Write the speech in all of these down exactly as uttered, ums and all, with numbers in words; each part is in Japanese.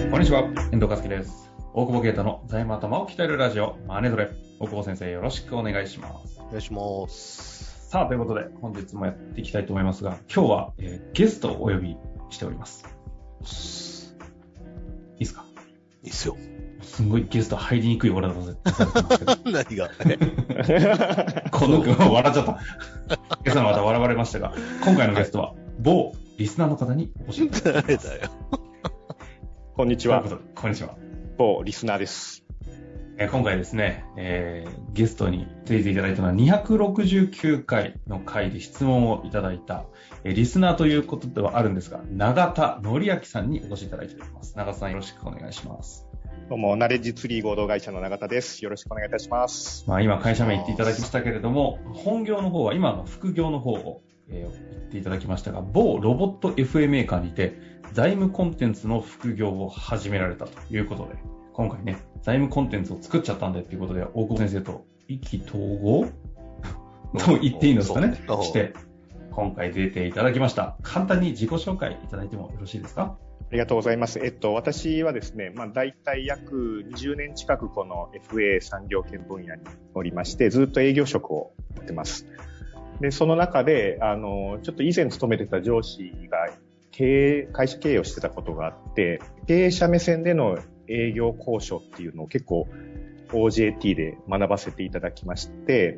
こんにちは、遠藤和樹です。大久保啓太の財務頭を鍛えるラジオ、マネトレ。大久保先生、よろしくお願いします。 お願いします。 さあ、ということで、本日もやっていきたいと思いますが、今日は、えー、ゲストをお呼びしております。いいですか？ いいっすよ。 すんごいゲスト入りにくい笑い方されてますけど。 何がこの子は笑っちゃった。ゲストの方笑われましたが、今回のゲストは、某リスナーの方にお越しいただきます。 誰だよ。 こんにちは。 こんにちは。 某リスナーです。 えー、今回ですね、えー、ゲストに出ていただいたのはにひゃくろくじゅうきゅうかいの回で質問をいただいた、えー、リスナーということではあるんですが、永田則明さんにお越しいただいております。永田さん、よろしくお願いします。 どうも、ナレッジツリー合同会社の永田です。よろしくお願いいたします。 まあ、今会社名言っていただきましたけれども、本業の方は今の副業の方を、えー、言っていただきましたが、某ロボット エフエー メーカーにて財務コンテンツの副業を始められたということで、今回ね、財務コンテンツを作っちゃったんでということで、大久保先生と意気投合と言っていいんですかね、して、今回出ていただきました。簡単に自己紹介いただいてもよろしいですか？ ありがとうございます。えっと、私はですね、まあ、大体約にじゅうねん近くこの エフエー 産業研分野におりまして、ずっと営業職をやってます。で、その中で、あの、ちょっと以前勤めてた上司が経営、会社経営をしてたことがあって、経営者目線での営業交渉っていうのを結構 オージェーティー で学ばせていただきまして、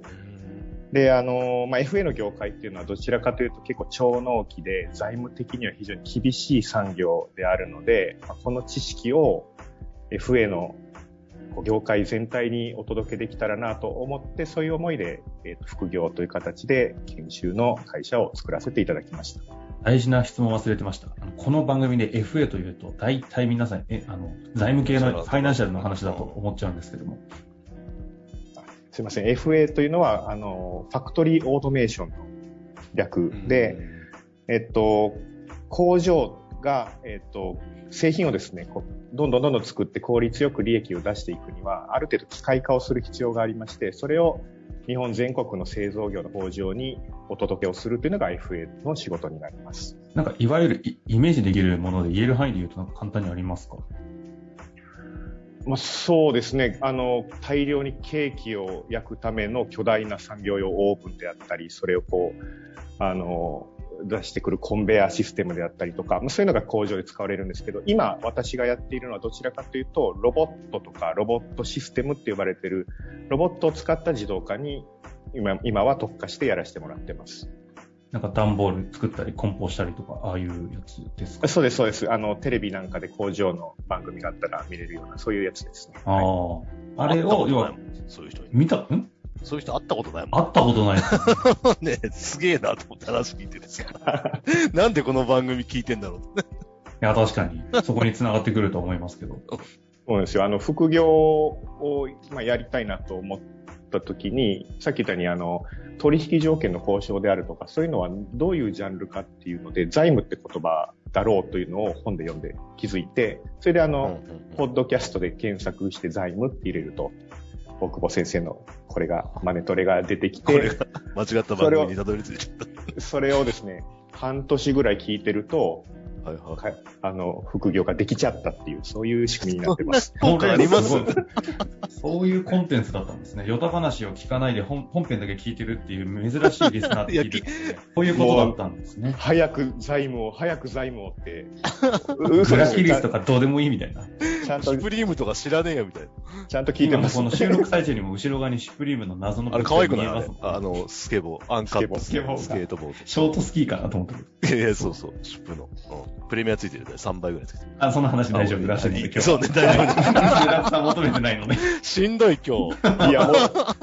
で、あの、まあ、エフエー の業界っていうのはどちらかというと結構超納期で財務的には非常に厳しい産業であるので、まあ、この知識を エフエー の業界全体にお届けできたらなと思って、そういう思いで、えーと、副業という形で研修の会社を作らせていただきました。 大事な質問忘れてました。この番組で エフエー というと、大体皆さん、え、あの、財務系のファイナンシャルの話だと思っちゃうんですけども。 すいません。エフエー というのは、あの、ファクトリーオートメーションの略で、えっと、工場が、えっと、製品をですね、こうどんどんどんどん作って効率よく利益を出していくには、ある程度機械化をする必要がありまして、それを日本全国の製造業の工場にお届けをするというのが エフエー の仕事になります。 なんかいわゆるイメージできるもので言える範囲で言うとなんか簡単にありますか？ まあ、そうですね。あの、大量にケーキを焼くための巨大な産業用オーブンであったり、それをこう、あの、出してくるコンベアシステムであったりとか、まあ、そういうのが工場で使われるんですけど、今私がやっているのはどちらかというと、ロボットとかロボットシステムって呼ばれているロボットを使った自動化に今、今は特化してやらせてもらってます。 なんか段ボール作ったり梱包したりとか、ああいうやつですか？ そうです、そうです。あの、テレビなんかで工場の番組があったら見れるような、そういうやつですね。 ああ、はい、あれを、要は、 そういう人見たんそういう人会ったことないもん。 会ったことないねえ、すげえなと思って話聞いてるんですからなんでこの番組聞いてんだろういや、確かに。そこに繋がってくると思いますけど。 そうですよ。あの、副業を、まあ、やりたいなと思った時に、さっき言ったように、あの、取引条件の交渉であるとか、そういうのはどういうジャンルかっていうので、財務って言葉だろうというのを本で読んで気づいて、それであの、うんうんうん、ポッドキャストで検索して財務って入れると、大久保先生のこれが、マネトレが出てきて、 これが間違った番組にたどり着いちゃった。 それをですね、半年ぐらい聞いてると、 はいはい、 あの、副業ができちゃったっていう、そういう仕組みになってます。 効果ありますそういうコンテンツだったんですね。ヨタ話を聞かないで 本, 本編だけ聞いてるっていう珍しいリスナーって聞いてる、ね、こういうことだったんですね。 早く財務を、早く財務をって。 グラキリスとかどうでもいいみたいな。 ちゃんと。シュプリームとか知らねえよみたいな。 ちゃんと聞いてます。 今この収録最中にも後ろ側にシュプリームの謎のあれ可愛くないあれあの、スケボー、アンカップスケボー、 スケートボード。 ショートスキーかなと思ってる。 いや、そうそう、シュプの。うん、プレミアついてるね。さんばいぐらいついてる。 あ、そんな話大丈夫らしいので今日。 そうね、大丈夫。 グラフさん求めてないので。 しんどい今日。 いや、もう。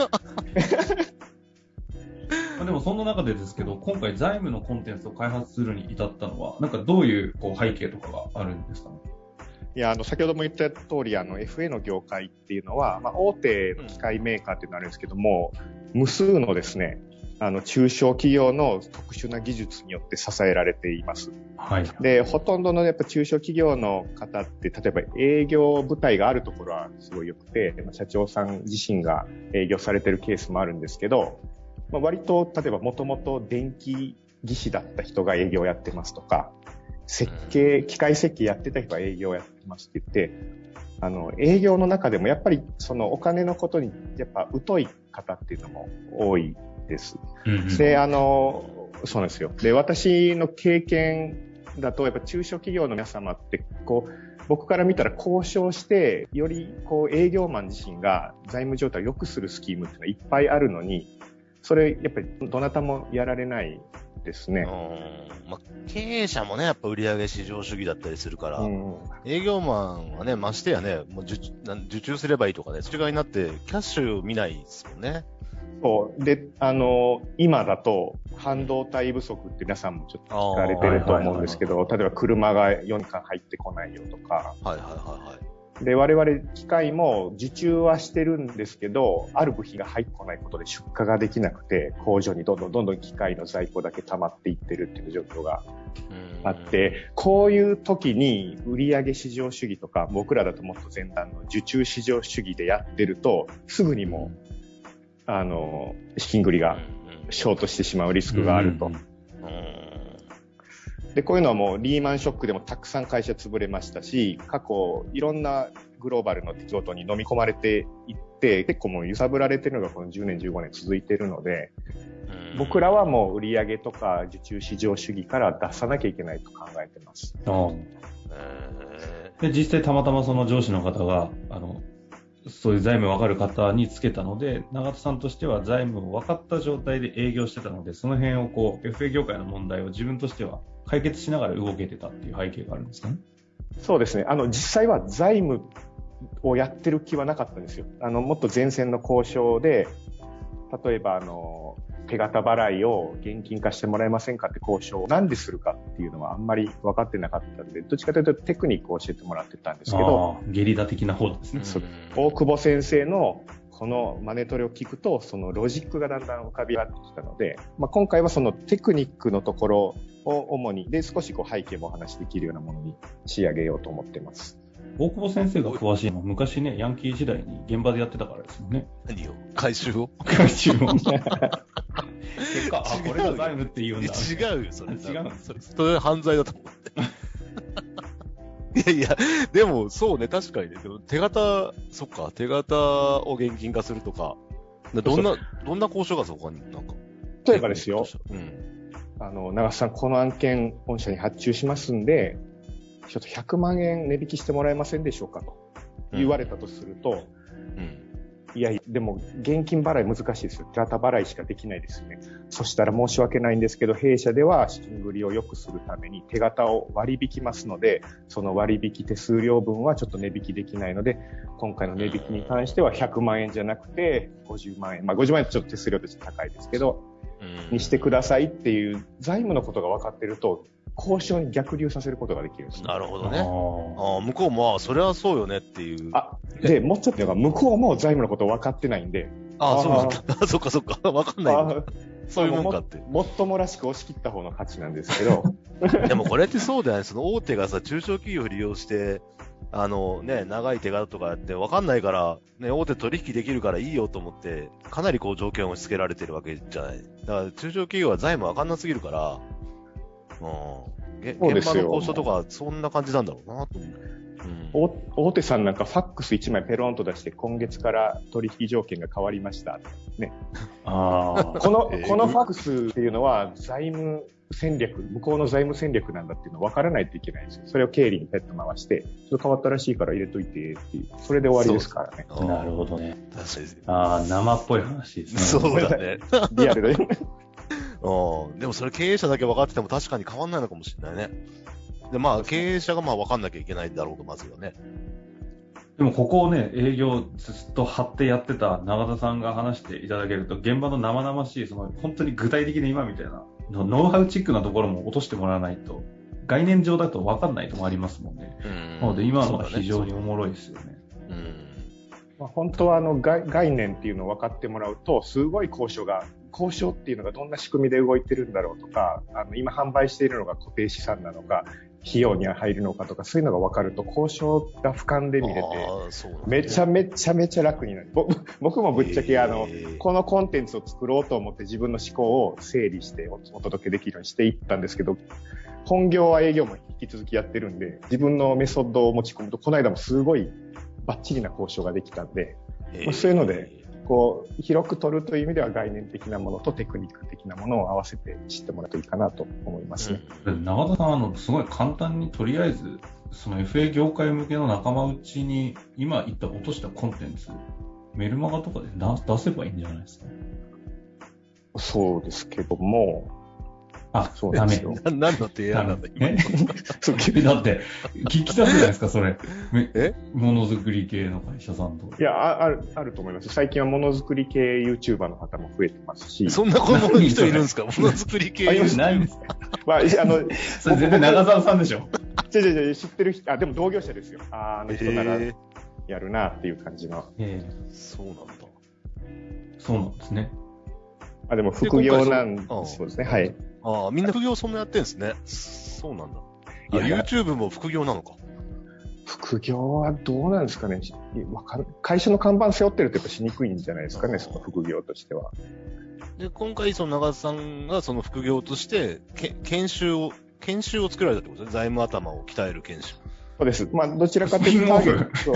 でもそんな中でですけど、今回財務のコンテンツを開発するに至ったのは、なんかどういうこう背景とかがあるんですかね？ いや、あの、先ほども言った通り、あの、エフエー の業界っていうのは、まあ、大手の機械メーカーっていうのがあるんですけども、無数のですね、あの、中小企業の特殊な技術によって支えられています。 はい。 で、ほとんどのやっぱ中小企業の方って、例えば営業部隊があるところはすごい良くて、社長さん自身が営業されてるケースもあるんですけど、まあ、割と、例えばもともと電気技師だった人が営業をやってますとか、 設計、機械設計やってた人は営業やってますって言って、あの、営業の中でもやっぱりそのお金のことにやっぱ疎い方っていうのも多いです。うんうん、で、あの、そうなんですよ。で、私の経験だとやっぱ中小企業の皆様ってこう、僕から見たら交渉して、よりこう営業マン自身が財務状態を良くするスキームっていうのはいっぱいあるのに、それやっぱりどなたもやられないですね。 うん、まあ、経営者もね、やっぱ売上至上主義だったりするから、うん、営業マンはね、ましてやね、もう 受, 受注すればいいとかね、そっち側になってキャッシュ見ないですもんね。 そうで、あの今だと半導体不足って皆さんもちょっと聞かれてると思うんですけど、例えば車がよねんかん入ってこないよとか、 はいはいはいはい。 で、我々機械も受注はしてるんですけど、ある部品が入ってこないことで出荷ができなくて、工場にどんどんどんどん機械の在庫だけ溜まっていってるっていう状況があって、こういう時に売上至上主義とか、僕らだともっと前段の受注至上主義でやってると、すぐにもうあの資金繰りがショートしてしまうリスクがあると。で、こういうのはもうリーマンショックでもたくさん会社潰れましたし、過去いろんなグローバルの出来事に飲み込まれていって、結構もう揺さぶられてるのがこのじゅうねんじゅうごねん続いているので、僕らはもう売上とか受注市場主義から出さなきゃいけないと考えてます。 で、実際たまたまその上司の方があのそういう財務分かる方につけたので、永田さんとしては財務を分かった状態で営業してたので、その辺をこう エフエー 業界の問題を自分としては解決しながら動けてたっていう背景があるんですかね。 そうですね。あの実際は財務をやってる気はなかったんですよ。あのもっと前線の交渉で、例えばあの手形払いを現金化してもらえませんかって交渉をなんでするかっていうのはあんまり分かってなかったんで、どっちかというとテクニックを教えてもらってたんですけど、 ゲリラ的な方ですね。 大久保先生のこのマネトレを聞くと、そのロジックがだんだん浮かび上がってきたので、まあ、今回はそのテクニックのところを主に、で少しこう背景もお話しできるようなものに仕上げようと思ってます。 大久保先生が詳しいのは昔ね、ヤンキー時代に現場でやってたからですもんね。 何を回収を回収を。結果、あ、これが財務って言うんだ。 違うよ、それ。 違うんそれ。それ犯罪だと思って。いやいや、でもそうね、確かにね。でも手形、そっか、手形を現金化するとか、どんな、どんな交渉がそこになんか。 例えばですよ、 うん、 あの、長瀬さん、この案件、御社に発注しますんで、ちょっとひゃくまんえん値引きしてもらえませんでしょうかと言われたとすると、うんうんいやいや、でも現金払い難しいですよ。手形払いしかできないですよね。そしたら申し訳ないんですけど、弊社では資金繰りを良くするために手形を割り引きますので、その割引手数料分はちょっと値引きできないので、今回の値引きに関してはひゃくまんえんじゃなくてごじゅうまんえん。まあごじゅうまんえんってちょっと手数料として高いですけど、にしてくださいっていう財務のことが分かってると、交渉に逆流させることができるんです。 なるほどね。ああ、向こうも、それはそうよねっていう。 あ、で、もうちょっというか、向こうも財務のこと分かってないんで。 ああ、そうなんだ。そっかそっか。分かんないの。そういうもんかって。 もっともらしく押し切った方の価値なんですけど。 でもこれってそうだよね。その大手がさ、中小企業を利用して、あのね、長い手形とかやって分かんないから、ね、大手取引できるからいいよと思って、かなりこう条件を押し付けられてるわけじゃない。だから中小企業は財務分かんなすぎるから、うん。現場の交渉とかそんな感じなんだろうなと思う、 うん、大手さんなんかファックスいちまいペロンと出して今月から取引条件が変わりましたね。あこのこのファックスっていうのは財務戦略、向こうの財務戦略なんだっていうの分からないといけないんですよ。それを経理にペット回してちょっと変わったらしいから入れといてっていう、それで終わりですからね。 なるほどね。 確かに。 ああ、生っぽい話ですね。 そうだね。 リアルで。 うん、でもそれ経営者だけ分かってても確かに変わんないのかもしれないね。で、まあ経営者がまあ分かんなきゃいけないだろうと、まずはね。 でもここをね、営業ずっと張ってやってた永田さんが話していただけると、現場の生々しい、その本当に具体的な今みたいなのノウハウチックなところも落としてもらわないと、概念上だと分かんないともありますもんね。うんなので今のは非常におもろいですよね。 うん、まあ、本当はあの概念っていうのを分かってもらうと、すごい交渉が交渉っていうのがどんな仕組みで動いてるんだろうとか、あの今販売しているのが固定資産なのか、費用には入るのかとか、そういうのが分かると交渉が俯瞰で見れて、めちゃめちゃめちゃ楽になる。僕もぶっちゃけあのこのコンテンツを作ろうと思って自分の思考を整理してお届けできるようにしていったんですけど、本業は営業も引き続きやってるんで、自分のメソッドを持ち込むと、この間もすごいバッチリな交渉ができたんで、まあ、そういうので、こう、広く取るという意味では概念的なものとテクニック的なものを合わせて知ってもらうといいかなと思いますね。 うん、永田さん、あの、すごい簡単にとりあえず、その エフエー 業界向けの仲間内に今言った落としたコンテンツ、メルマガとかで出せばいいんじゃないですか。 そうですけども、 あ、そうダメ。 何の提案なんだ、今。 えだって、聞きたくないですか、それ。えものづくり系の会社さんと。 いや、ある、あると思います。最近はものづくり系 YouTuber の方も増えてますし。 そんな子の人いるんですか、ものづくり系 YouTuber。 ないんですか。 まあ、あの、 それ全然長澤さんでしょ。 違う違う、知ってる人、あ、でも同業者ですよ。あ、あの人ならやるなっていう感じの。 えー、そうなんだ。 そうなんですね。 あ、でも副業なんで、そうですね。はい。 ああ、みんな副業そんなやってんですね。そうなんだ。あ、YouTube も副業なのか。 副業はどうなんですかね。会社の看板背負ってるとやっぱしにくいんじゃないですかね、その副業としては。 で、今回その長田さんがその副業として、け研修を、研修を作られたってことですね。財務頭を鍛える研修。 そうです。まあ、どちらかというと、 そう。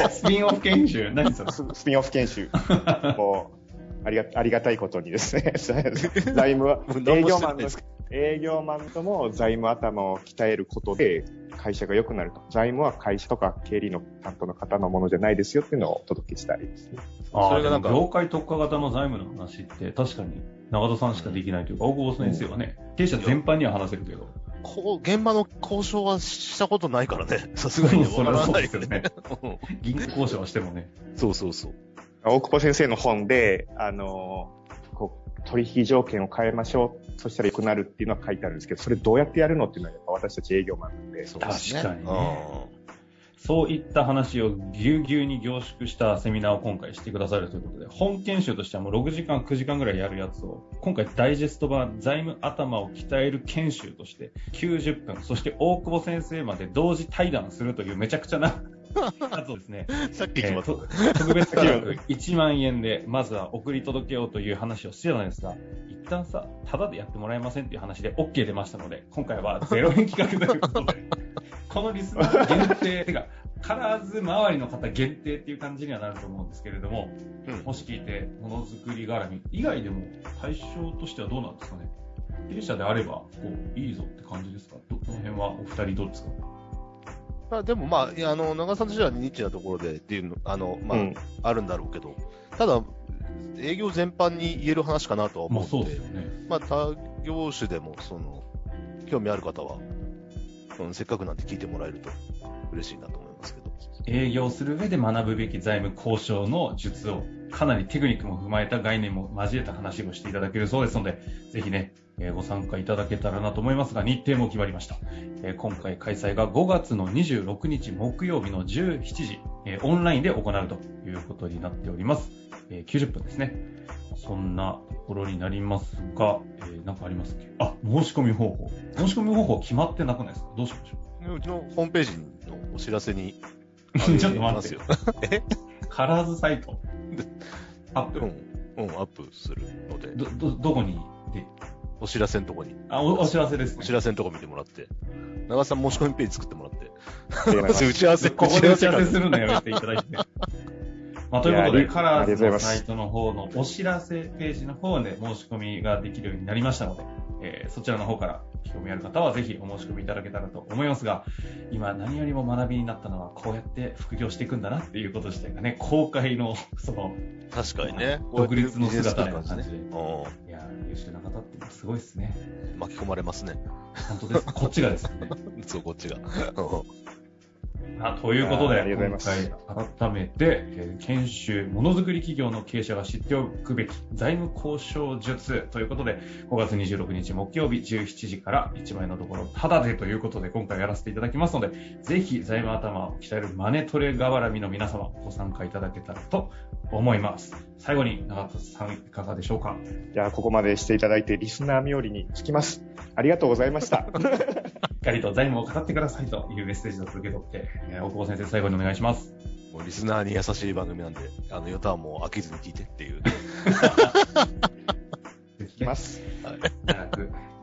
スピンオフ研修。何それ？ スピンオフ研修。もうありが、ありがたいことにですね、財務は、営業マンの、営業マンとも財務頭を鍛えることで会社が良くなると。財務は会社とか経理の担当の方のものじゃないですよっていうのをお届けしたいですね。 ああ、それがなんか業界特化型の財務の話って確かに長田さんしかできないというか、大久保先生はね、経営者全般には話せるけど。 こう、現場の交渉はしたことないからね。さすがにわからないよね。 銀行交渉はしてもね。 そうそうそう。 大久保先生の本で、あの、こう、取引条件を変えましょう。そしたら良くなるっていうのは書いてあるんですけど、それどうやってやるのっていうのはやっぱ私たち営業マンなんで。 そうですね。確かにね。そういった話をぎゅうぎゅうに凝縮したセミナーを今回してくださるということで、本研修としてはもうろくじかん、くじかんぐらいやるやつを、今回ダイジェスト版財務頭を鍛える研修としてきゅうじゅっぷん、そして大久保先生まで同時対談するというめちゃくちゃなやつをですね、 さっき決まった、えー、特別価格いちまんえんでまずは送り届けようという話をしてたんですが、一旦さ、タダでやってもらえませんっていう話で OK 出ましたので、今回はゼロえん企画ということで、このリスナー限定、てか、カラーズ周りの方限定っていう感じにはなると思うんですけれども、うん、もし聞いて、ものづくり絡み以外でも対象としてはどうなんですかね。経営者であれば、こう、いいぞって感じですか。ど、この辺はお二人どうですか。 あでもまあ、いや、あの、長さんとしてはニッチなところでっていうの、あの、まあ、うん、あるんだろうけど、ただ、営業全般に言える話かなとは思うので、まあ、そうですよね。まあ、他業種でも、その、興味ある方は、うん、せっかくなんて聞いてもらえると嬉しいなと思いますけど。 営業する上で学ぶべき財務交渉の術を、かなりテクニックも踏まえた概念も交えた話をしていただけるそうですので、ぜひね、えー、ご参加いただけたらなと思いますが、日程も決まりました。えー、今回開催がごがつのにじゅうろくにち木曜日のじゅうしちじ、えー、オンラインで行うということになっております。えー、きゅうじゅっぷんですね。そんなところになりますが、えー、なんかありますっけ？あ、申し込み方法。申し込み方法決まってなくないですか？どうしましょう？うちのホームページのお知らせにちょっと待ってよ。えカラーズサイトアップ、 うん、うん、アップするので。 ど、ど、どこにでお知らせのとこに。 あ、お、お知らせですね。 お知らせのとこ見てもらって。長さん申し込みページ作ってもらって。打ち合わせ、 ここで打ち合わせするのやめていただいて。まあ、ということで、カラーズのサイトの方のお知らせページの方で申し込みができるようになりましたので、えー、そちらの方から興味ある方はぜひお申し込みいただけたらと思いますが、今何よりも学びになったのはこうやって副業していくんだなっていうこと自体がね、公開のその確かにね、 独立の姿みたいな感じで、 ね、 いや優秀な方ってすごいですね。 巻き込まれますね。 本当です。こっちがですね。 そうこっちが。 あということで、今回改めて、えー、研修、ものづくり企業の経営者が知っておくべき財務交渉術ということで、ごがつにじゅうろくにち木曜日じゅうしちじからいちまんえんのところタダでということで今回やらせていただきますので、ぜひ財務頭を鍛えるマネトレ絡みの皆様ご参加いただけたらと思います。最後に永田さんいかがでしょうか。 じゃあここまでしていただいてリスナー冥利につきます。ありがとうございました。 しっかりと財務を語ってくださいというメッセージを受け取って、えー、大久保先生最後にお願いします。 もうリスナーに優しい番組なんで、あの、ヨタはもう飽きずに聞いてっていう。 できます。 はい。長く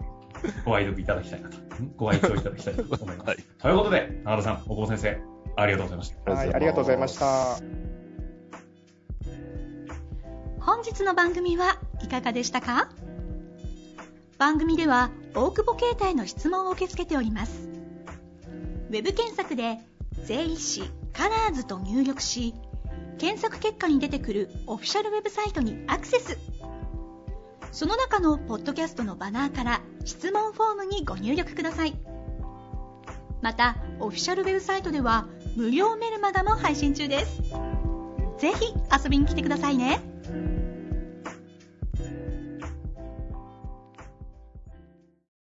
ご愛読いただきたいなと、ご愛聴いただきたいと思います。 はい、 ということで、中田さん、大久保先生、ありがとうございました。 はい、ありがとうございました。 本日の番組はいかがでしたか？番組では大久保携帯の質問を受け付けております。ウェブ検索で税理士カラーズと入力し、検索結果に出てくるオフィシャルウェブサイトにアクセス。その中のポッドキャストのバナーから質問フォームにご入力ください。またオフィシャルウェブサイトでは無料メルマガも配信中です。ぜひ遊びに来てくださいね。